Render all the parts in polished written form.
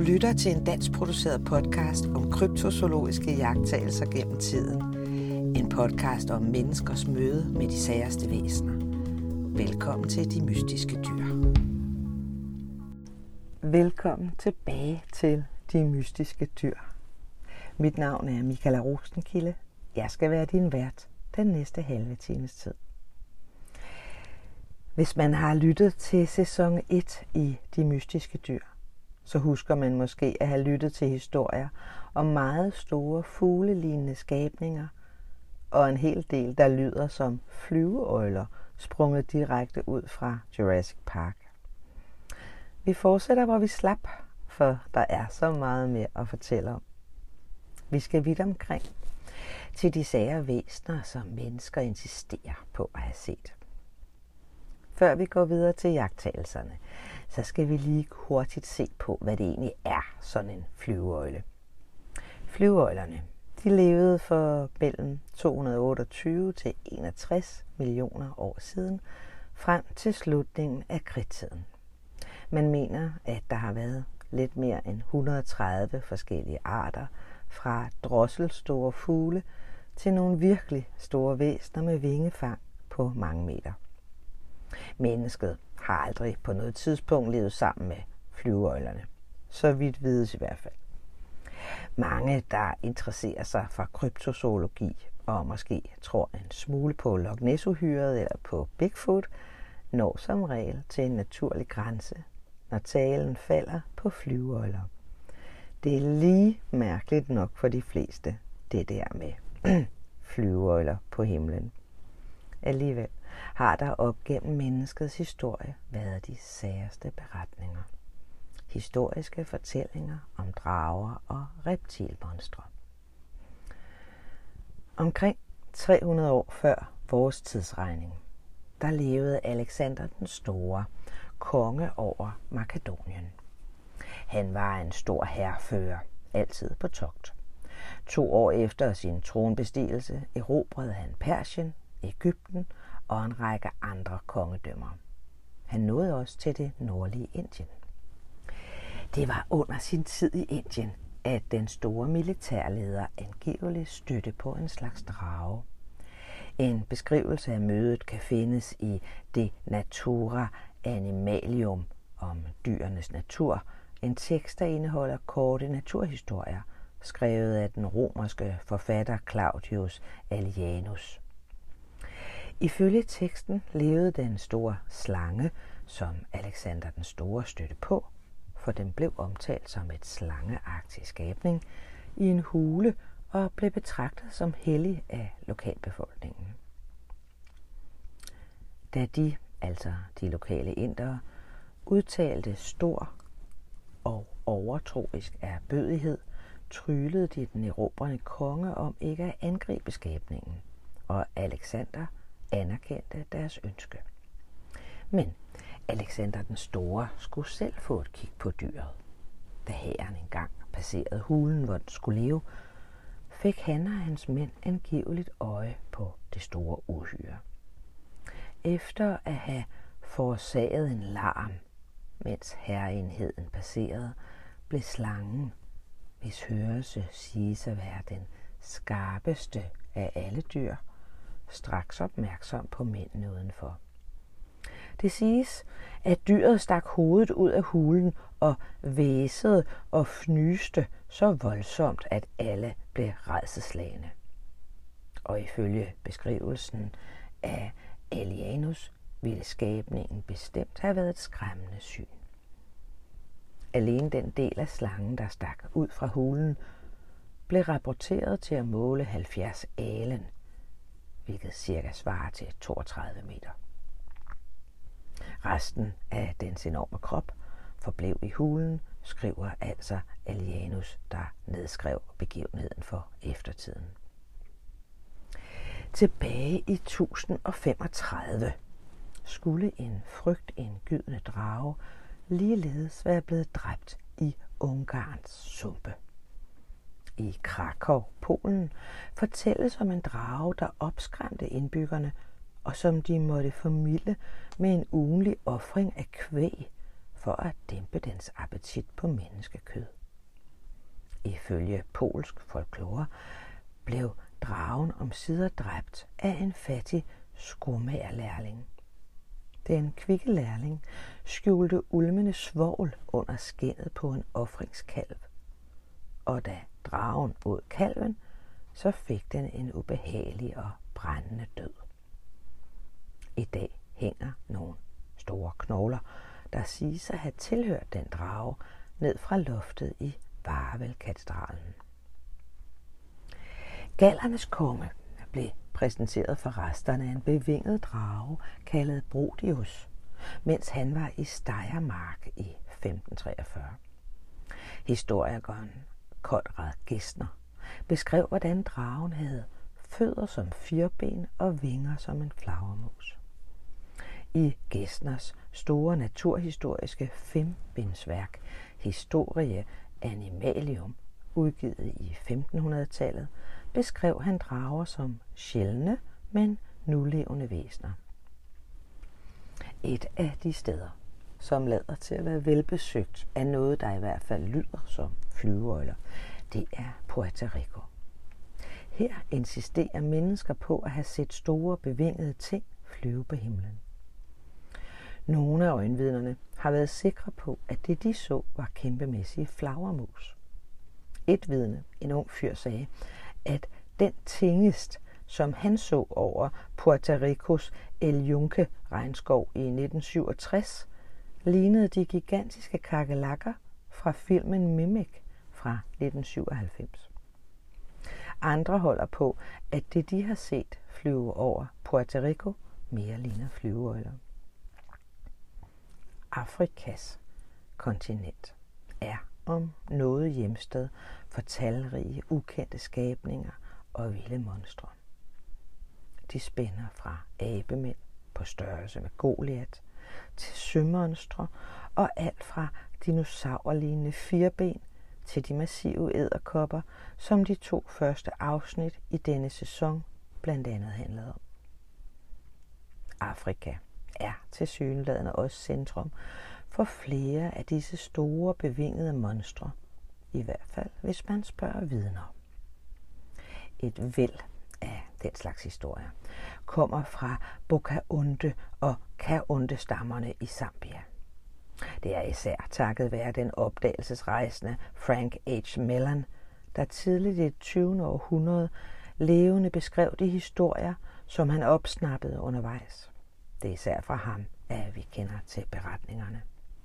lytter til en dansk produceret podcast om kryptozoologiske iagttagelser gennem tiden. En podcast om menneskers møde med de særeste væsener. Velkommen til De Mystiske Dyr. Velkommen tilbage til De Mystiske Dyr. Mit navn er Michaela Rosenkilde. Jeg skal være din vært den næste halve times tid. Hvis man har lyttet til sæson 1 i De Mystiske Dyr, så husker man måske at have lyttet til historier om meget store fuglelignende skabninger og en hel del, der lyder som flyveøgler, sprunget direkte ud fra Jurassic Park. Vi fortsætter, hvor vi slap, for der er så meget mere at fortælle om. Vi skal vidt omkring til de sære væsener, som mennesker insisterer på at have set. Før vi går videre til iagttagelserne, så skal vi lige hurtigt se på, hvad det egentlig er, sådan en flyveøgle. Flyveøglerne, de levede for mellem 228 til 61 millioner år siden, frem til slutningen af kridttiden. Man mener, at der har været lidt mere end 130 forskellige arter, fra drosselstore fugle til nogle virkelig store væsener med vingefang på mange meter. Mennesket har aldrig på noget tidspunkt levet sammen med flyveøglerne. Så vidt vides i hvert fald. Mange, der interesserer sig for kryptozoologi og måske tror en smule på Loch Ness-uhyret eller på Bigfoot, når som regel til en naturlig grænse, når talen falder på flyveøgler. Det er lige mærkeligt nok for de fleste, det der med flyveøgler på himlen. Alligevel har der op gennem menneskets historie været de særste beretninger. Historiske fortællinger om drager og reptilmonstre. Omkring 300 år før vores tidsregning, der levede Alexander den Store, konge over Makedonien. Han var en stor hærfører, altid på togt. 2 år efter sin tronbestigelse erobrede han Persien, Egypten og en række andre kongedømmer. Han nåede også til det nordlige Indien. Det var under sin tid i Indien, at den store militærleder angiveligt stødte på en slags drage. En beskrivelse af mødet kan findes i De Natura Animalium om dyrenes natur, en tekst, der indeholder korte naturhistorier, skrevet af den romerske forfatter Claudius Aelianus. Ifølge teksten levede den store slange, som Alexander den Store stødte på, for den blev omtalt som et slangeagtig skabning, i en hule og blev betragtet som hellig af lokalbefolkningen. Da de, altså de lokale indere, udtalte stor og overtroisk erbødighed, tryglede de den erobrende konge om ikke at angribe skabningen, og Alexander anerkendte deres ønske. Men Alexander den Store skulle selv få et kig på dyret. Da hæren engang passerede hulen, hvor den skulle leve, fik han og hans mænd angiveligt øje på det store uhyre. Efter at have forårsaget en larm, mens hærenheden passerede, blev slangen, hvis hørelse siges at være den skarpeste af alle dyr, straks opmærksom på mændene udenfor. Det siges, at dyret stak hovedet ud af hulen og hvæsede og fnyste så voldsomt, at alle blev rædselsslagne. Og ifølge beskrivelsen af Aelianus ville skabningen bestemt have været et skræmmende syn. Alene den del af slangen, der stak ud fra hulen, blev rapporteret til at måle 70 alen, hvilket cirka svarer til 32 meter. Resten af dens enorme krop forblev i hulen, skriver altså Aelianus, der nedskrev begivenheden for eftertiden. Tilbage i 1035 skulle en frygtindgydende drage ligeledes være blevet dræbt i Ungarns sumpe. I Krakow, Polen, fortælles om en drage, der opskræmte indbyggerne, og som de måtte formilde med en ugentlig ofring af kvæg, for at dæmpe dens appetit på menneskekød. Ifølge polsk folklore blev dragen omsider dræbt af en fattig skomagerlærling. Den kvikke lærling skjulte ulmende svovl under skindet på en ofringskalv, og da dragen åd kalven, så fik den en ubehagelig og brændende død. I dag hænger nogle store knogler, der siges at have tilhørt den drage, ned fra loftet i Wawel-katedralen. Gallernes konge blev præsenteret for resterne af en bevinget drage kaldet Brodius, mens han var i Steiermark i 1543. Historikeren Konrad Gessner beskrev, hvordan dragen havde fødder som firben og vinger som en flagermus. I Gessners store naturhistoriske 5-bindsværk Historie Animalium, udgivet i 1500-tallet, beskrev han drager som sjældne, men nulevende væsener. Et af de steder, som lader til at være velbesøgt af noget, der i hvert fald lyder som flyveøgler, det er Puerto Rico. Her insisterer mennesker på at have set store bevingede ting flyve på himlen. Nogle af øjenvidnerne har været sikre på, at det de så var kæmpemæssige flagermus. Et vidne, en ung fyr, sagde, at den tingest, som han så over Puerto Ricos El Yunque-regnskov i 1967, lignede de gigantiske kakelakker fra filmen Mimic fra 1997. Andre holder på, at det de har set flyve over Puerto Rico mere ligner flyveøgler. Afrikas kontinent er om noget hjemsted for talrige, ukendte skabninger og vilde monstre. De spænder fra abemænd på størrelse med Goliat til sømonstre og alt fra dinosaurlignende firben til de massive edderkopper, som de 2 første afsnit i denne sæson blandt andet handlede om. Afrika er tilsyneladende også centrum for flere af disse store bevingede monstre, i hvert fald hvis man spørger vidner. Et væld af den slags historier kommer fra Bokaunde og Kaunde-stammerne i Zambia. Det er især takket være den opdagelsesrejsende Frank H. Mellon, der tidligt i det 20. århundrede levende beskrev de historier, som han opsnappede undervejs. Det er især fra ham, at vi kender til beretningerne.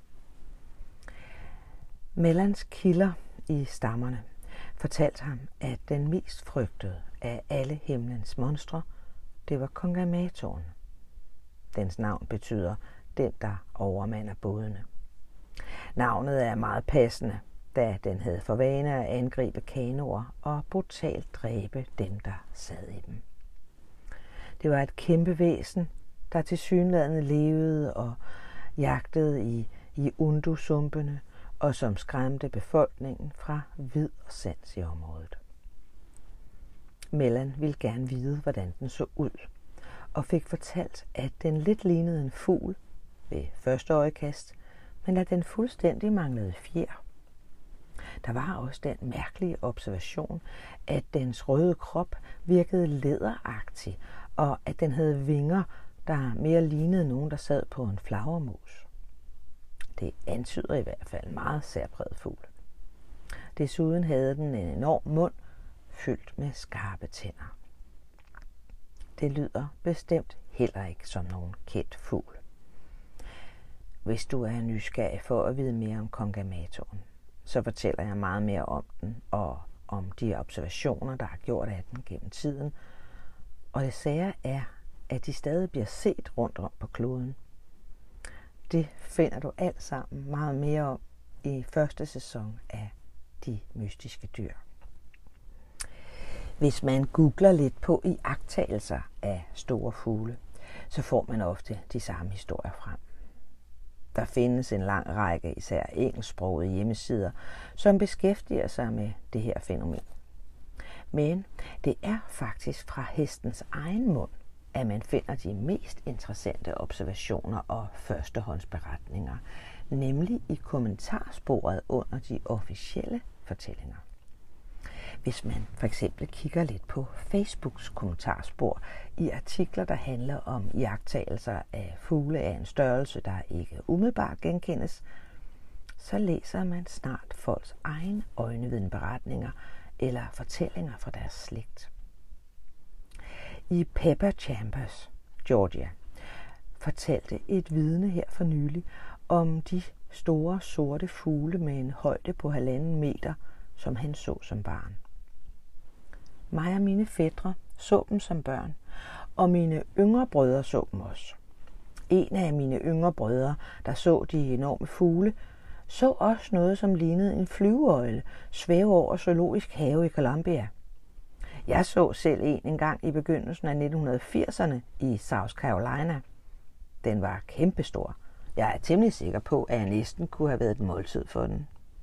Mellons kilder i stammerne fortalte ham, at den mest frygtede af alle himlens monstre, det var Kongamatoren. Dens navn betyder den, der overmander bådene. Navnet er meget passende, da den havde for vane at angribe kanoer og brutalt dræbe dem, der sad i dem. Det var et kæmpe væsen, der tilsyneladende levede og jagtede i Undu-sumpene, og som skræmte befolkningen fra vid og sans i området. Mellon ville gerne vide, hvordan den så ud, og fik fortalt, at den lidt lignede en fugl ved første øjekast, men at den fuldstændig manglede fjer. Der var også den mærkelige observation, at dens røde krop virkede læderagtig, og at den havde vinger, der mere lignede nogen, der sad på en flagermus. Det antyder i hvert fald en meget særpræget fugl. Desuden havde den en enorm mund, fyldt med skarpe tænder. Det lyder bestemt heller ikke som nogen kendt fugl. Hvis du er nysgerrig for at vide mere om Kongamatoren, så fortæller jeg meget mere om den og om de observationer, der har gjort af den gennem tiden. Og det sære er, at de stadig bliver set rundt om på kloden. Det finder du alt sammen meget mere om i første sæson af De mystiske dyr. Hvis man googler lidt på iagttagelser af store fugle, så får man ofte de samme historier frem. Der findes en lang række især engelsksprogede hjemmesider, som beskæftiger sig med det her fænomen. Men det er faktisk fra hestens egen mund, at man finder de mest interessante observationer og førstehåndsberetninger, nemlig i kommentarsporet under de officielle fortællinger. Hvis man for eksempel kigger lidt på Facebooks kommentarspor i artikler, der handler om iagttagelser af fugle af en størrelse, der ikke umiddelbart genkendes, så læser man snart folks egen øjenvidneberetninger eller fortællinger fra deres slægt. I Pepper Chambers, Georgia, fortalte et vidne her for nylig om de store sorte fugle med en højde på 1,5 meter, som han så som barn. Mig og mine fætre så dem som børn, og mine yngre brødre så dem også. En af mine yngre brødre, der så de enorme fugle, så også noget, som lignede en flyveøgle svæve over Zoologisk Have i Columbia. Jeg så selv en gang i begyndelsen af 1980'erne i South Carolina. Den var kæmpestor. Jeg er temmelig sikker på, at jeg næsten kunne have været et måltid for den.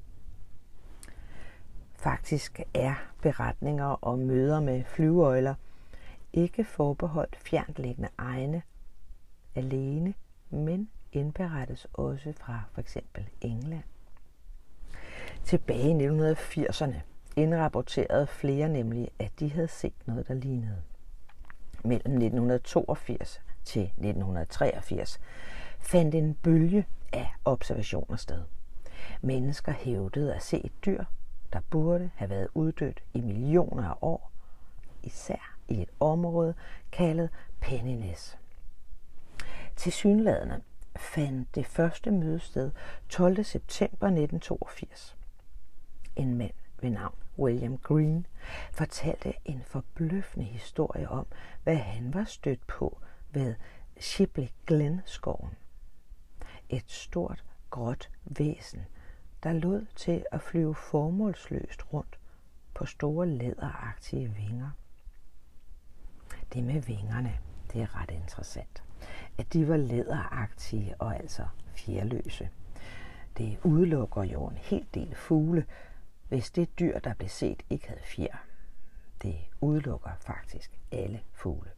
Faktisk er beretninger om møder med flyveøgler ikke forbeholdt fjerntliggende egne alene, men indberettes også fra f.eks. England. Tilbage i 1980'erne indrapporterede flere nemlig, at de havde set noget, der lignede. Mellem 1982 til 1983 fandt en bølge af observationer sted. Mennesker hævdede at se et dyr, der burde have været uddødt i millioner af år, især i et område kaldet Pennines. Tilsyneladende fandt det første møde sted 12. september 1982. En mand ved navn William Green fortalte en forbløffende historie om, hvad han var stødt på ved Shipley Glen-skoven. Et stort, gråt væsen, der lod til at flyve formålsløst rundt på store læderagtige vinger. Det med vingerne, det er ret interessant. At de var læderagtige og altså fjerløse. Det udelukker jo en hel del fugle, hvis det dyr, der blev set, ikke havde fjer. Det udelukker faktisk alle fugle.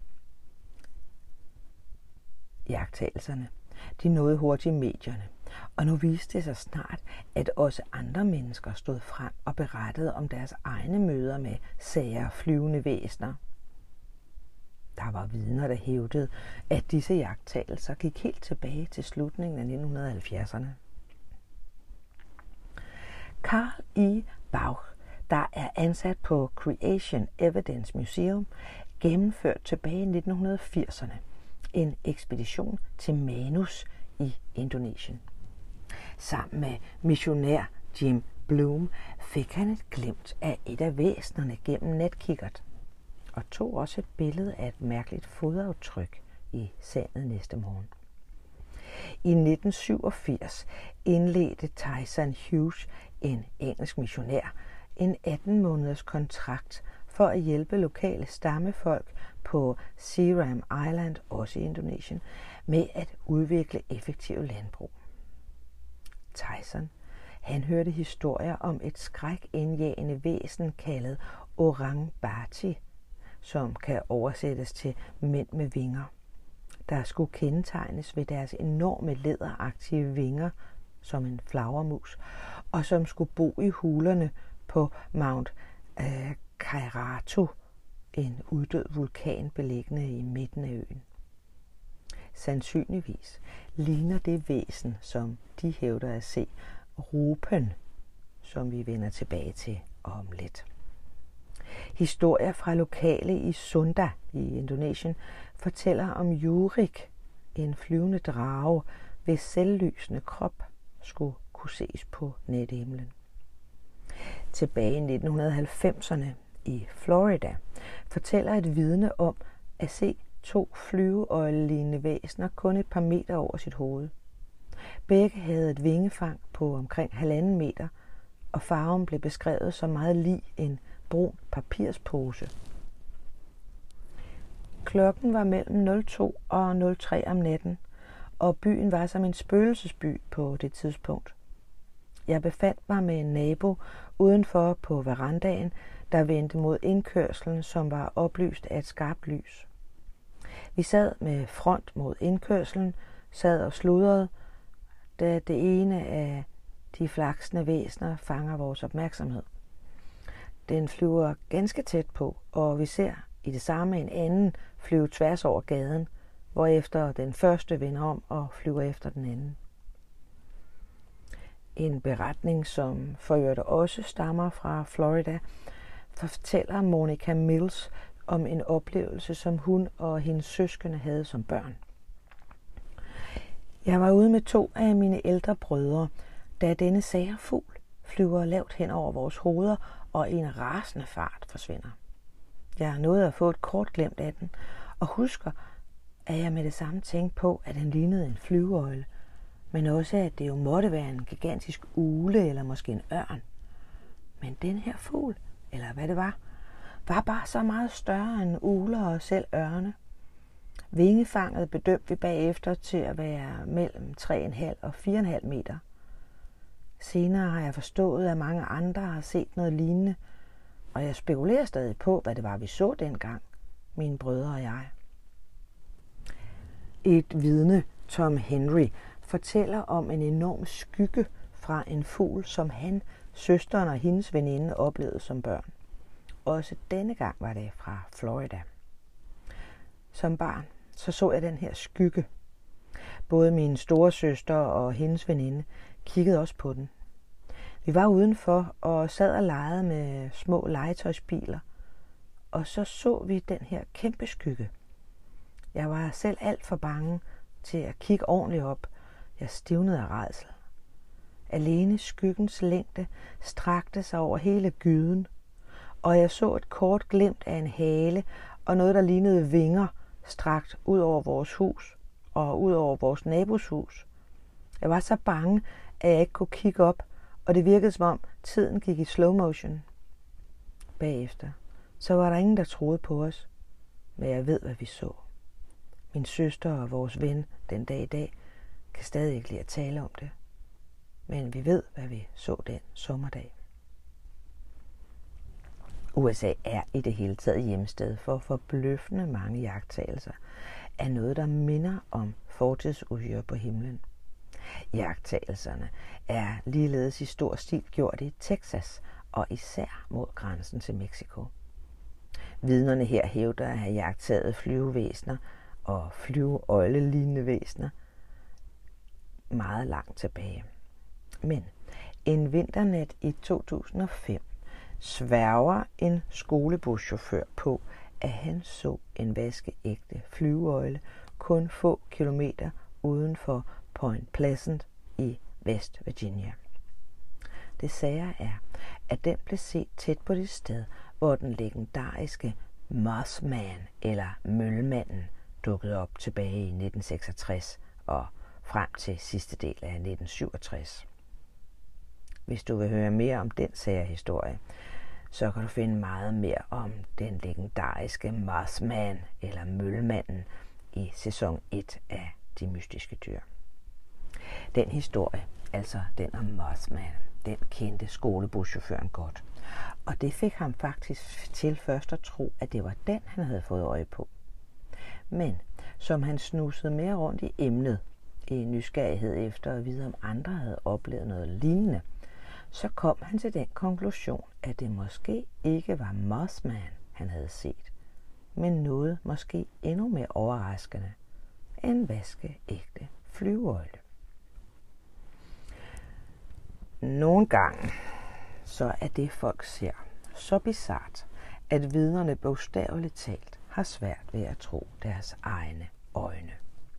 Iagttagelserne, de nåede hurtigt medierne, og nu viste det sig snart, at også andre mennesker stod frem og berettede om deres egne møder med sære flyvende væsener. Der var vidner, der hævdede, at disse iagttagelser gik helt tilbage til slutningen af 1970'erne. Carl E. Bauch, der er ansat på Creation Evidence Museum, gennemførte tilbage i 1980'erne en ekspedition til Manus i Indonesien. Sammen med missionær Jim Bloom fik han et glimt af et af væsenerne gennem netkikkert og tog også et billede af et mærkeligt fodaftryk i sandet næste morgen. I 1987 indledte Tyson Hughes, en engelsk missionær, en 18-måneders kontrakt for at hjælpe lokale stammefolk på Seram Island, også i Indonesien, med at udvikle effektive landbrug. Tyson, han hørte historier om et skrækindjagende væsen kaldet Orang Bati, som kan oversættes til mænd med vinger, der skulle kendetegnes ved deres enorme læderagtige vinger som en flagermus, og som skulle bo i hulerne på Mount Kairatu, en uddød vulkan beliggende i midten af øen. Sandsynligvis ligner det væsen, som de hævder at se, rupen, som vi vender tilbage til om lidt. Historier fra lokale i Sunda i Indonesien fortæller om Jurik, en flyvende drage, hvis selvlysende krop skulle kunne ses på nattehimlen. Tilbage i 1990'erne i Florida fortæller et vidne om at se 2 flyveøglelignende væsener kun et par meter over sit hoved. Begge havde et vingefang på omkring 1,5 meter, og farven blev beskrevet som meget lig en brun papirspose. Klokken var mellem 02 og 03 om natten, og byen var som en spøgelsesby på det tidspunkt. Jeg befandt mig med en nabo udenfor på verandaen, der vendte mod indkørslen, som var oplyst af et skarpt lys. Vi sad med front mod indkørslen, sad og sludrede, da det ene af de flaksende væsener fanger vores opmærksomhed. Den flyver ganske tæt på, og vi ser i det samme en anden flyve tværs over gaden, hvorefter den første vender om og flyver efter den anden. En beretning, som for øvrigt også stammer fra Florida, fortæller Monica Mills om en oplevelse, som hun og hendes søskende havde som børn. Jeg var ude med 2 af mine ældre brødre, da denne sære fugl flyver lavt hen over vores hoveder og i en rasende fart forsvinder. Jeg nåede at få et kort glimt af den, og husker, at jeg med det samme tænkte på, at den lignede en flyveøgle, men også at det jo måtte være en gigantisk ugle eller måske en ørn. Men den her fugl, eller hvad det var bare så meget større end ugler og selv ørne. Vingefanget bedømte vi bagefter til at være mellem 3,5 og 4,5 meter. Senere har jeg forstået, at mange andre har set noget lignende, og jeg spekulerer stadig på, hvad det var, vi så dengang, mine brødre og jeg. Et vidne, Tom Henry, fortæller om en enorm skygge fra en fugl, som han, søsteren og hendes veninde oplevede som børn. Også denne gang var det fra Florida. Som barn så jeg den her skygge. Både min store søster og hendes veninde kiggede også på den. Vi var udenfor og sad og legede med små legetøjsbiler, og så vi den her kæmpe skygge. Jeg var selv alt for bange til at kigge ordentligt op. Jeg stivnede af rædsel. Alene skyggens længde strakte sig over hele gyden, og jeg så et kort glimt af en hale og noget, der lignede vinger, strakt ud over vores hus og ud over vores nabos hus. Jeg var så bange, at jeg ikke kunne kigge op, og det virkede som om tiden gik i slow motion. Bagefter så var der ingen, der troede på os, men jeg ved, hvad vi så. Min søster og vores ven den dag i dag kan stadig ikke lide at tale om det, men vi ved, hvad vi så den sommerdag. USA er i det hele taget hjemsted for forbløffende mange iagttagelser af noget, der minder om fortidsuhyre på himlen. Iagttagelserne er ligeledes i stor stil gjort i Texas og især mod grænsen til Mexico. Vidnerne her hævder at have iagttaget flyvevæsener og flyveøgle-lignende væsener meget langt tilbage. Men en vinternat i 2005 sværger en skolebuschauffør på, at han så en vaskeægte flyveøgle kun få kilometer uden for Point Pleasant i West Virginia. Det sære er, at den blev set tæt på det sted, hvor den legendariske Mothman eller Mølmanden dukkede op tilbage i 1966 og frem til sidste del af 1967. Hvis du vil høre mere om den sære historie, så kan du finde meget mere om den legendariske Mothman eller Mølmanden i sæson 1 af De Mystiske Dyr. Den historie, altså den om Mothman, den kendte skolebuschaufføren godt. Og det fik ham faktisk til først at tro, at det var den, han havde fået øje på. Men som han snusede mere rundt i emnet, i nysgerrighed efter at vide, om andre havde oplevet noget lignende, så kom han til den konklusion, at det måske ikke var Mothman, han havde set, men noget måske endnu mere overraskende, en vaskeægte flyveøgle. Nogle gange så er det, folk ser, så bizart, at vidnerne bogstaveligt talt har svært ved at tro deres egne øjne.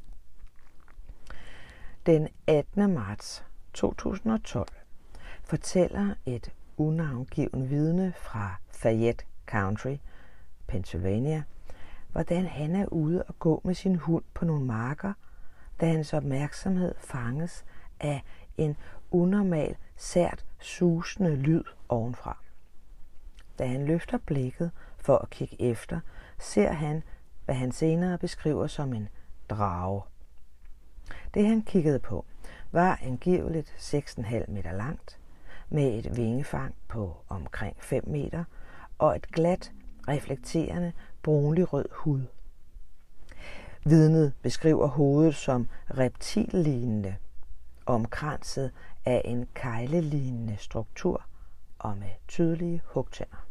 Den 18. marts 2012 fortæller et unavngiven vidne fra Fayette County, Pennsylvania, hvordan han er ude og gå med sin hund på nogle marker, da hans opmærksomhed fanges af en unormal, sært susende lyd ovenfra. Da han løfter blikket for at kigge efter, ser han, hvad han senere beskriver som en drage. Det han kiggede på, var angiveligt 6,5 meter langt, med et vingefang på omkring 5 meter og et glat, reflekterende, brunlig-rød hud. Vidnet beskriver hovedet som reptillignende, omkranset af en keglelignende struktur og med tydelige hugtænder.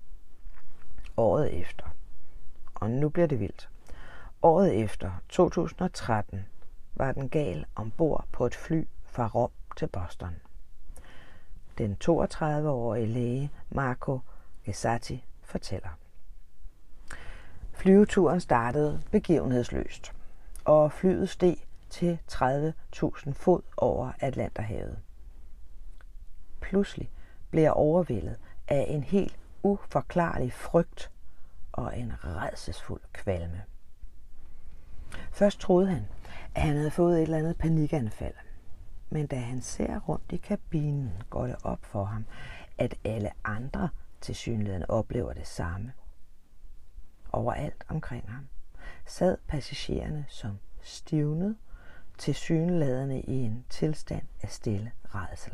Året efter, og nu bliver det vildt, året efter 2013 var den gal ombord på et fly fra Rom til Boston. Den 32-årige læge Marco Ghisati fortæller. Flyveturen startede begivenhedsløst, og flyet steg til 30.000 fod over Atlanterhavet. Pludselig blev jeg overvældet af en helt uforklarlig frygt og en rædselsfuld kvalme. Først troede han, at han havde fået et eller andet panikanfald. Men da han ser rundt i kabinen, går det op for ham, at alle andre tilsyneladende oplever det samme. Overalt omkring ham sad passagererne som stivnet, tilsyneladende i en tilstand af stille rædsel.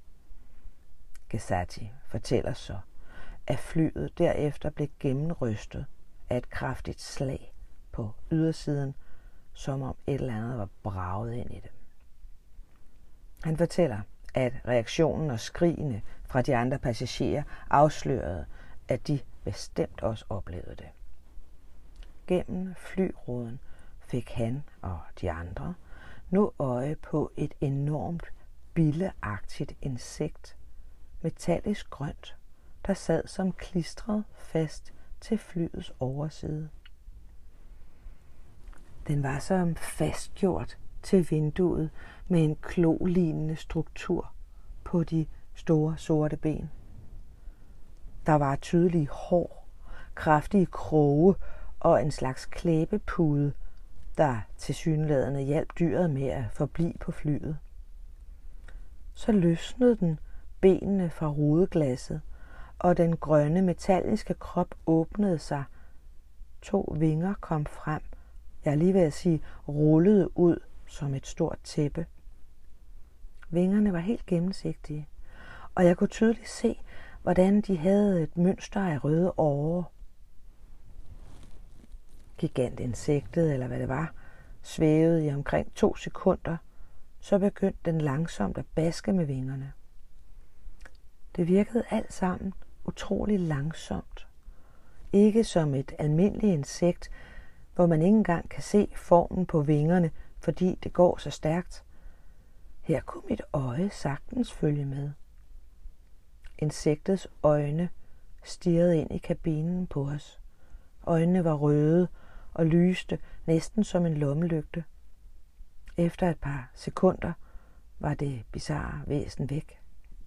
Ghisati fortæller så, at flyet derefter blev gennemrystet af et kraftigt slag på ydersiden, som om et eller andet var braget ind i det. Han fortæller, at reaktionen og skrigene fra de andre passagerer afslørede, at de bestemt også oplevede det. Gennem flyruden fik han og de andre nu øje på et enormt billeagtigt insekt, metallisk grønt, der sad som klistret fast til flyets overside. Den var som fastgjort til vinduet med en klolignende struktur på de store sorte ben. Der var tydelige hår, kraftige kroge og en slags klæbepude, der tilsyneladende hjalp dyret med at forblive på flyet. Så løsnede den benene fra rudeglasset, og den grønne metalliske krop åbnede sig. 2 vinger kom frem, jeg er lige ved at sige rullede ud som et stort tæppe. Vingerne var helt gennemsigtige, og jeg kunne tydeligt se, hvordan de havde et mønster af røde årer. Gigantinsektet, eller hvad det var, svævede i omkring 2 sekunder, så begyndte den langsomt at baske med vingerne. Det virkede alt sammen utrolig langsomt. Ikke som et almindeligt insekt, hvor man ikke engang kan se formen på vingerne, fordi det går så stærkt. Her kunne mit øje sagtens følge med. Insektets øjne stirrede ind i kabinen på os. Øjnene var røde og lyste næsten som en lommelygte. Efter et par sekunder var det bizarre væsen væk.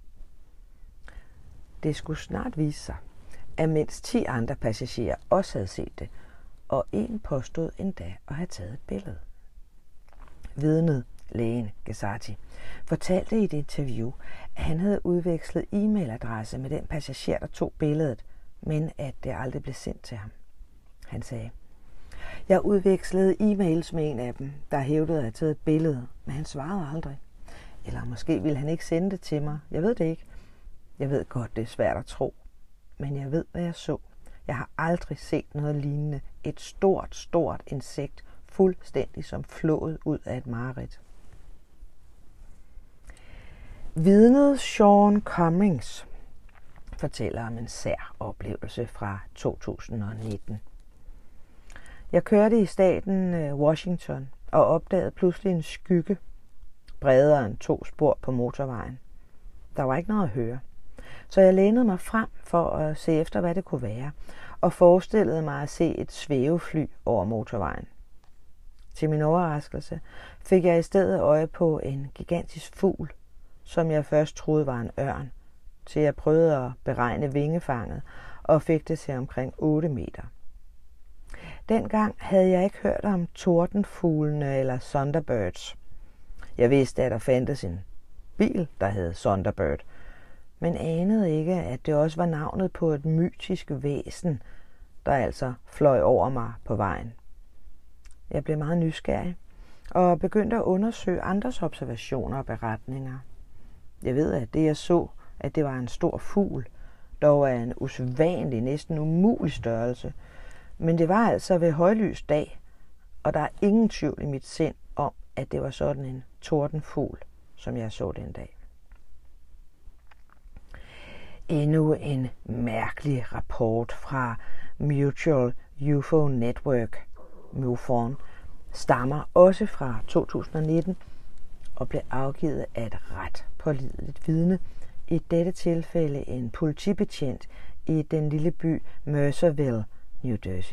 Det skulle snart vise sig, at mindst 10 andre passagerer også havde set det, og en påstod endda at have taget et billede. Vidnet, lægen Ghisati, fortalte i et interview, at han havde udvekslet e-mailadresse med den passager, der tog billedet, men at det aldrig blev sendt til ham. Han sagde, jeg udvekslede e-mails med en af dem, der hævdede at have taget et billede, men han svarede aldrig. Eller måske ville han ikke sende det til mig. Jeg ved det ikke. Jeg ved godt, det er svært at tro, men jeg ved, hvad jeg så. Jeg har aldrig set noget lignende. Et stort insekt, fuldstændig som flået ud af et mareridt. Vidnet Sean Cummings fortæller om en sær oplevelse fra 2019. Jeg kørte i staten Washington og opdagede pludselig en skygge, bredere end 2 spor på motorvejen. Der var ikke noget at høre, så jeg lænede mig frem for at se efter, hvad det kunne være, og forestillede mig at se et svævefly over motorvejen. Til min overraskelse fik jeg i stedet øje på en gigantisk fugl, som jeg først troede var en ørn, til jeg prøvede at beregne vingefanget og fik det til omkring 8 meter. Dengang havde jeg ikke hørt om tordenfuglene eller Thunderbirds. Jeg vidste, at der fandtes en bil, der hed Thunderbird, men anede ikke, at det også var navnet på et mytisk væsen, der altså fløj over mig på vejen. Jeg blev meget nysgerrig og begyndte at undersøge andres observationer og beretninger. Jeg ved, at det jeg så, at det var en stor fugl, dog af en usædvanlig, næsten umulig størrelse, men det var altså ved højlys dag, og der er ingen tvivl i mit sind om, at det var sådan en tordenfugl, som jeg så den dag. Endnu en mærkelig rapport fra Mutual UFO Network, MUFON, stammer også fra 2019 og blev afgivet af et ret pålideligt vidne, i dette tilfælde en politibetjent i den lille by Mercerville, New Jersey.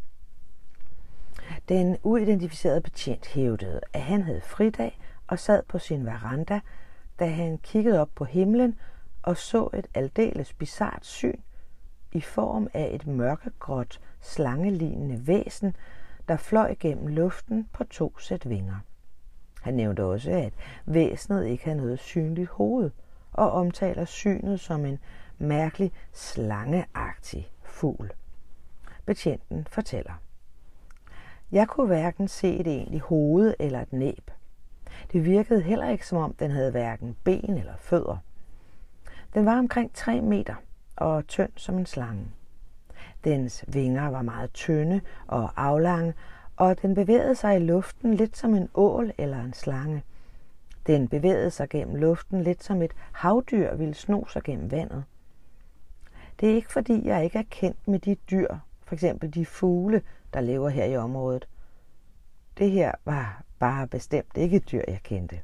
Den uidentificerede betjent hævdede, at han havde fridag og sad på sin veranda, da han kiggede op på himlen og så et aldeles bizart syn i form af et mørkegråt, slangelignende væsen, der fløj gennem luften på 2 sæt vinger. Han nævnte også, at væsenet ikke havde noget synligt hoved, og omtaler synet som en mærkelig slangeagtig fugl. Betjenten fortæller: Jeg kunne hverken se et egentligt hoved eller et næb. Det virkede heller ikke, som om den havde hverken ben eller fødder. Den var omkring 3 meter og tynd som en slange. Dens vinger var meget tynde og aflange, og den bevægede sig i luften lidt som en ål eller en slange. Den bevægede sig gennem luften lidt som et havdyr ville sno sig gennem vandet. Det er ikke fordi, jeg ikke er kendt med de dyr, for eksempel de fugle, der lever her i området. Det her var bare bestemt ikke et dyr, jeg kendte.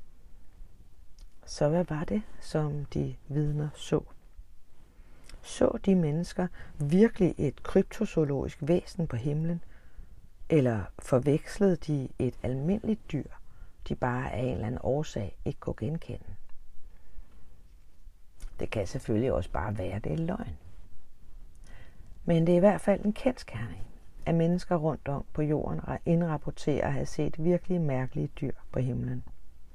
Så hvad var det, som de vidner så? Så de mennesker virkelig et kryptozoologisk væsen på himlen? Eller forvekslede de et almindeligt dyr, de bare af en eller anden årsag ikke kunne genkende? Det kan selvfølgelig også bare være, det er løgn. Men det er i hvert fald en kendsgerning, at mennesker rundt om på jorden indrapporterer at have set virkelig mærkelige dyr på himlen.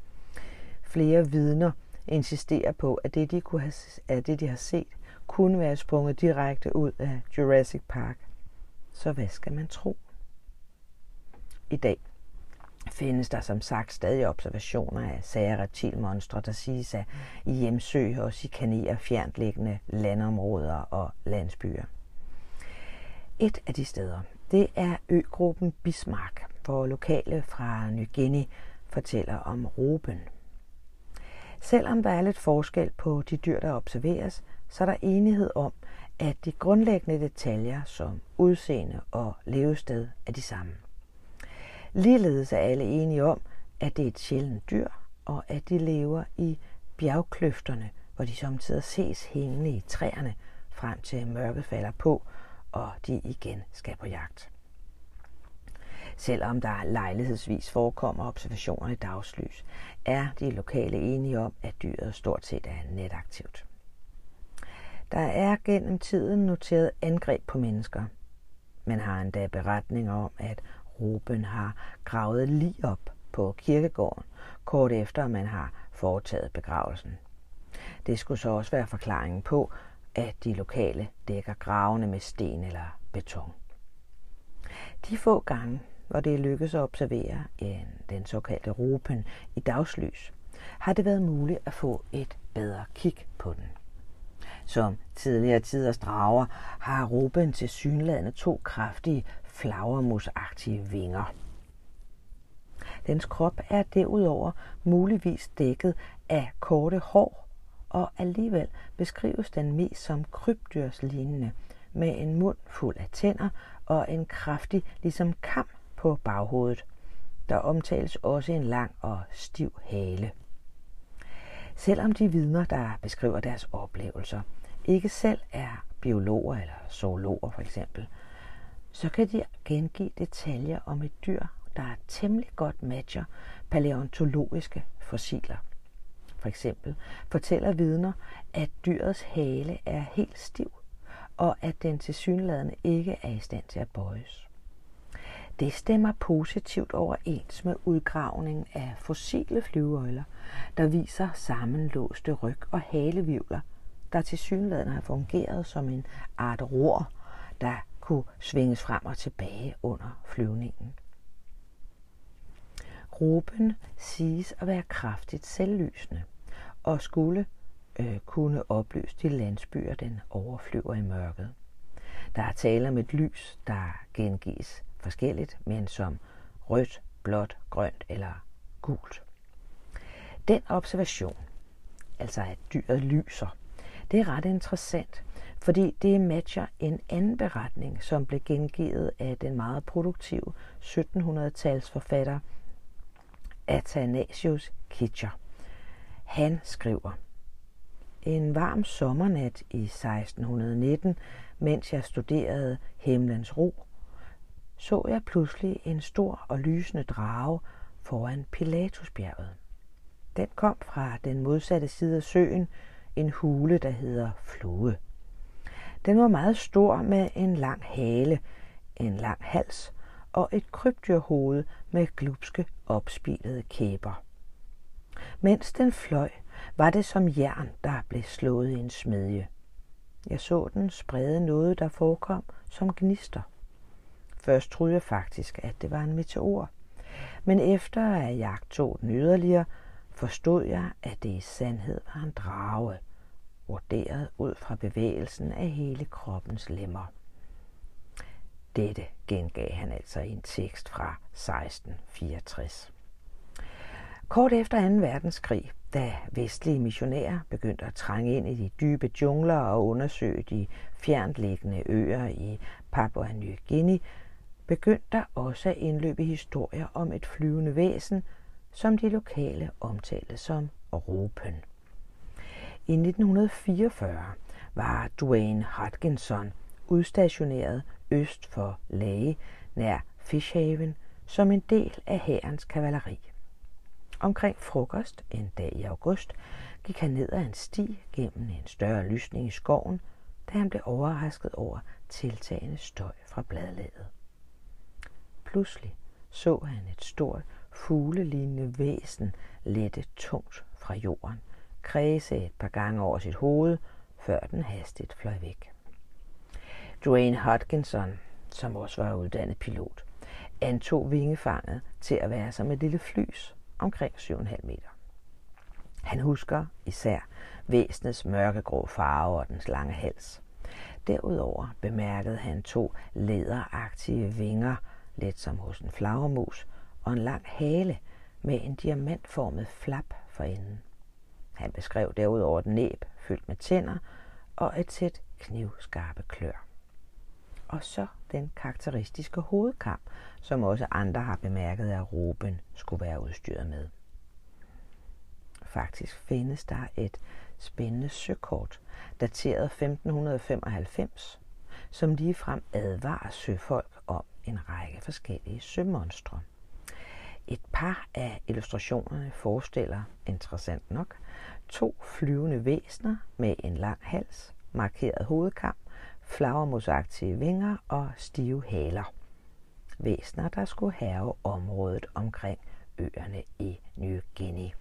Flere vidner insisterer på, at det de har set, kunne være sprunget direkte ud af Jurassic Park. Så hvad skal man tro? I dag findes der som sagt stadig observationer af sære reptilmonstre, der siges at hjemsøge og chikanere fjerntliggende landområder og landsbyer. Et af de steder, det er øgruppen Bismarck, hvor lokale fra Ny Guinea fortæller om roben. Selvom der er lidt forskel på de dyr, der observeres, så er der enighed om, at de grundlæggende detaljer som udseende og levested er de samme. Ligeledes er alle enige om, at det er et sjældent dyr, og at de lever i bjergkløfterne, hvor de samtidig ses hængende i træerne, frem til mørket falder på, og de igen skal på jagt. Selvom der lejlighedsvis forekommer observationer i dagslys, er de lokale enige om, at dyret stort set er netaktivt. Der er gennem tiden noteret angreb på mennesker. Man har endda beretninger om, at roben har gravet lig op på kirkegården, kort efter man har foretaget begravelsen. Det skulle så også være forklaringen på, at de lokale dækker gravene med sten eller beton. De få gange, hvor det er lykkedes at observere den såkaldte roben i dagslys, har det været muligt at få et bedre kig på den. Som tidligere tiders drager har roben tilsyneladende 2 kraftige flagermusagtige vinger. Dens krop er derudover muligvis dækket af korte hår, og alligevel beskrives den mest som krybdyrslignende, med en mund fuld af tænder og en kraftig ligesom kam på baghovedet. Der omtales også en lang og stiv hale. Selvom de vidner, der beskriver deres oplevelser, ikke selv er biologer eller zoologer for eksempel, så kan de gengive detaljer om et dyr, der temmelig godt matcher palæontologiske fossiler. For eksempel fortæller vidner, at dyrets hale er helt stiv, og at den tilsyneladende ikke er i stand til at bøjes. Det stemmer positivt overens med udgravningen af fossile flyveøgler, der viser sammenlåste ryg og halevivler, der tilsyneladende har fungeret som en art ror, der kunne svinges frem og tilbage under flyvningen. Roben siges at være kraftigt selvlysende og skulle kunne oplyse de landsbyer, den overflyver i mørket. Der er tale om et lys, der gengives forskelligt, men som rødt, blåt, grønt eller gult. Den observation, altså at dyret lyser, det er ret interessant, fordi det matcher en anden beretning, som blev gengivet af den meget produktive 1700-tals forfatter Athanasius Kircher. Han skriver: en varm sommernat i 1619, mens jeg studerede Himlens ro, så jeg pludselig en stor og lysende drage foran Pilatusbjerget. Den kom fra den modsatte side af søen, en hule, der hedder Flode. Den var meget stor med en lang hale, en lang hals og et krybdyrhoved med glupske, opspilede kæber. Mens den fløj, var det som jern, der blev slået i en smedje. Jeg så den sprede noget, der forekom som gnister. Først troede jeg faktisk, at det var en meteor. Men efter at jeg jagtog den yderligere, forstod jeg, at det i sandhed var en drage, vurderet ud fra bevægelsen af hele kroppens lemmer. Dette gengav han altså i en tekst fra 1664. Kort efter 2. verdenskrig, da vestlige missionærer begyndte at trænge ind i de dybe jungler og undersøge de fjerntliggende øer i Papua Ny Guinea, begyndte der også at indløbe historier om et flyvende væsen, som de lokale omtalte som Ropen. I 1944 var Dwayne Hodgkinson udstationeret øst for Lae, nær Fishhaven, som en del af hærens kavaleri. Omkring frokost en dag i august gik han ned ad en sti gennem en større lysning i skoven, da han blev overrasket over tiltagende støj fra bladlaget. Pludselig så han et stort fuglelignende væsen lette tungt fra jorden, kredse et par gange over sit hoved, før den hastigt fløj væk. Dwayne Hodgkinson, som også var uddannet pilot, antog vingefanget til at være som et lille flys omkring 7,5 meter. Han husker især væsenets mørkegrå farve og dens lange hals. Derudover bemærkede han 2 læderagtige vinger, lidt som hos en flagermus, og en lang hale med en diamantformet flap for enden. Han beskrev derudover et næb fyldt med tænder og et sæt knivskarpe klør. Og så den karakteristiske hovedkam, som også andre har bemærket, at Ropen skulle være udstyret med. Faktisk findes der et spændende søkort, dateret 1595, som ligefrem advarer søfolk om en række forskellige sømonstre. Et par af illustrationerne forestiller, interessant nok, 2 flyvende væsener med en lang hals, markeret hovedkam, flagermusagtige vinger og stive haler. Væsener, der skulle hærge området omkring øerne i Ny Guinea.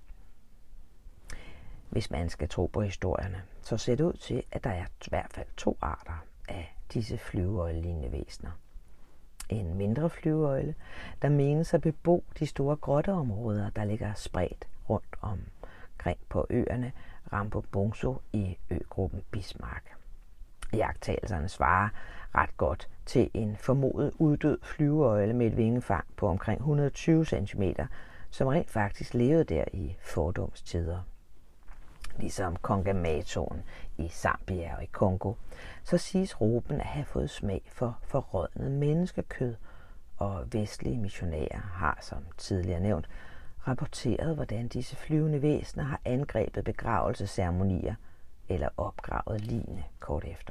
Hvis man skal tro på historierne, så ser det ud til, at der er i hvert fald 2 arter af disse flyveøjle-lignende væsener. En mindre flyveøjle, der menes at bebo de store grotteområder, der ligger spredt rundt omkring på øerne Rambobonso i øgruppen Bismarck. Iagttagelserne svarer ret godt til en formodet uddød flyveøjle med et vingefang på omkring 120 cm, som rent faktisk levede der i fordomstider. Ligesom kongamatoen i Zambia og i Kongo, så siges Ropen at have fået smag for forrådnet menneskekød, og vestlige missionærer har, som tidligere nævnt, rapporteret, hvordan disse flyvende væsener har angrebet begravelsesceremonier eller opgravet ligene kort efter.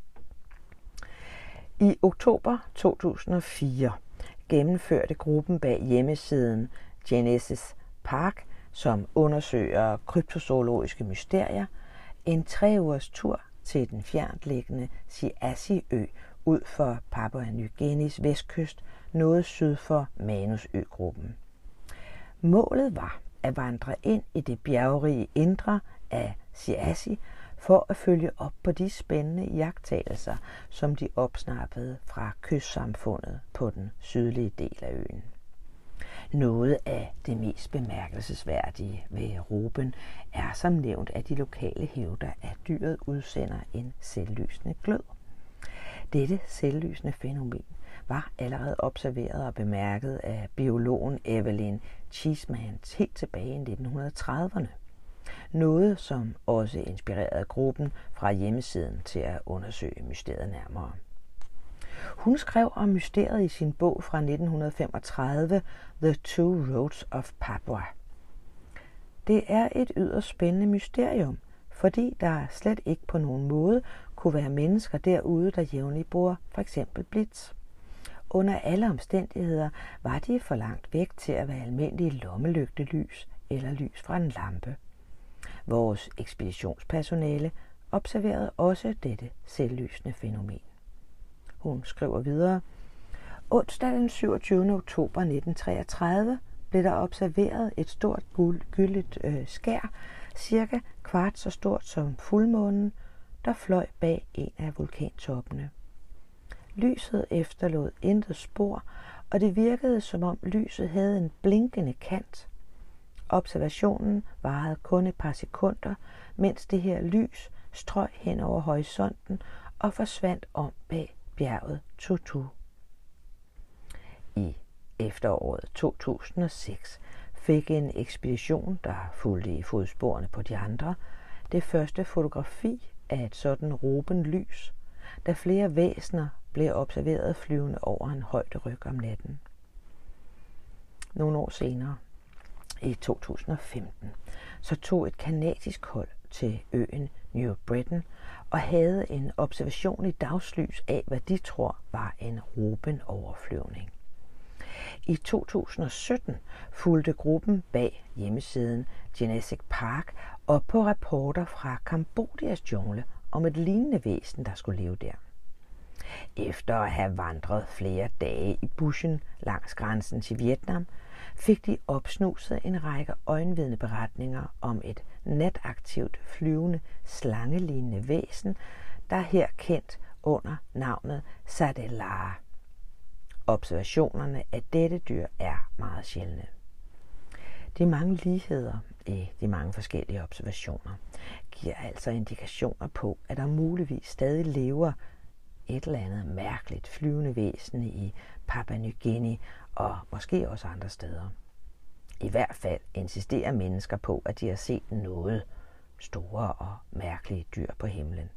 I oktober 2004 gennemførte gruppen bag hjemmesiden Genesis Park, som undersøger kryptozoologiske mysterier, en 3 ugers tur til den fjerntliggende Siassi-ø ud for Papua Ny Guineas vestkyst, noget syd for Manus-øgruppen. Målet var at vandre ind i det bjergrige indre af Siassi for at følge op på de spændende iagttagelser, som de opsnappede fra kystsamfundet på den sydlige del af øen. Noget af det mest bemærkelsesværdige ved Ropen er som nævnt, at de lokale hævder, at dyret udsender en selvlysende glød. Dette selvlysende fænomen var allerede observeret og bemærket af biologen Evelyn Cheeseman helt tilbage i 1930'erne. Noget, som også inspirerede gruppen fra hjemmesiden til at undersøge mysteriet nærmere. Hun skrev om mysteriet i sin bog fra 1935, The Two Roads of Papua. Det er et yderst spændende mysterium, fordi der slet ikke på nogen måde kunne være mennesker derude, der jævnligt bruger for eksempel blitz. Under alle omstændigheder var de for langt væk til at være almindelige lommelygtelys eller lys fra en lampe. Vores ekspeditionspersonale observerede også dette selvlysende fænomen. Hun skriver videre: Onsdag den 27. oktober 1933 blev der observeret et stort gyldigt skær, cirka kvart så stort som fuldmånen, der fløj bag en af vulkantoppene. Lyset efterlod intet spor, og det virkede som om lyset havde en blinkende kant. Observationen varede kun et par sekunder, mens det her lys strøg hen over horisonten og forsvandt om bag bjerget Tutu. I efteråret 2006 fik en ekspedition, der fulgte i fodsporene på de andre, det første fotografi af et sådan råbende lys, da flere væsener blev observeret flyvende over en højderyg om natten. Nogle år senere, i 2015, så tog et canadisk hold til øen New Britain og havde en observation i dagslys af, hvad de tror var en Robin-overflyvning. I 2017 fulgte gruppen bag hjemmesiden Jurassic Park op på rapporter fra Kambodjas jungle om et lignende væsen, der skulle leve der. Efter at have vandret flere dage i bushen langs grænsen til Vietnam, fik de opsnuset en række øjenvidneberetninger om et nataktivt flyvende slangelignende væsen, der er her kendt under navnet Sadelar. Observationerne af dette dyr er meget sjældne. De mange ligheder i de mange forskellige observationer giver altså indikationer på, at der muligvis stadig lever et eller andet mærkeligt flyvende væsen i Papua Ny Guinea og måske også andre steder. I hvert fald insisterer mennesker på, at de har set noget store og mærkelige dyr på himlen.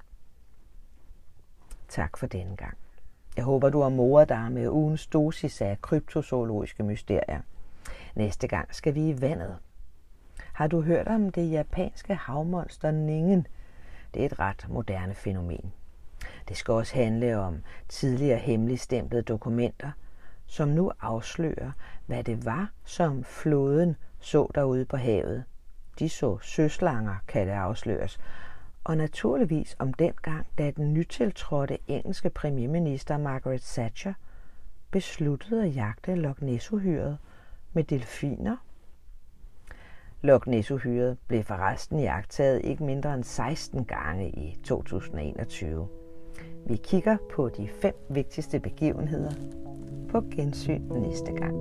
Tak for denne gang. Jeg håber, du har moret dig med ugens dosis af kryptozoologiske mysterier. Næste gang skal vi i vandet. Har du hørt om det japanske havmonster Ningen? Det er et ret moderne fænomen. Det skal også handle om tidligere hemmeligstemplede dokumenter, som nu afslører, hvad det var, som flåden så derude på havet. De så søslanger, kan det afsløres, og naturligvis om dengang, da den nytiltrådte engelske premierminister Margaret Thatcher besluttede at jagte Loch Ness-uhyret med delfiner. Loch Ness-uhyret blev forresten iagttaget ikke mindre end 16 gange i 2021. Vi kigger på de 5 vigtigste begivenheder. På gensyn næste gang.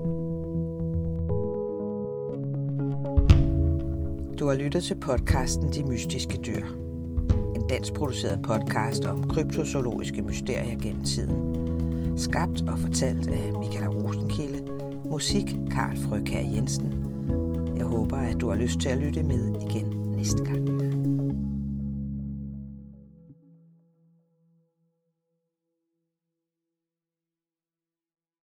Du har lyttet til podcasten De Mystiske Dyr. En dansk produceret podcast om kryptozoologiske mysterier gennem tiden. Skabt og fortalt af Michaela Rosenkilde. Musik Carl Frøkjær Jensen. Jeg håber, at du har lyst til at lytte med igen næste gang.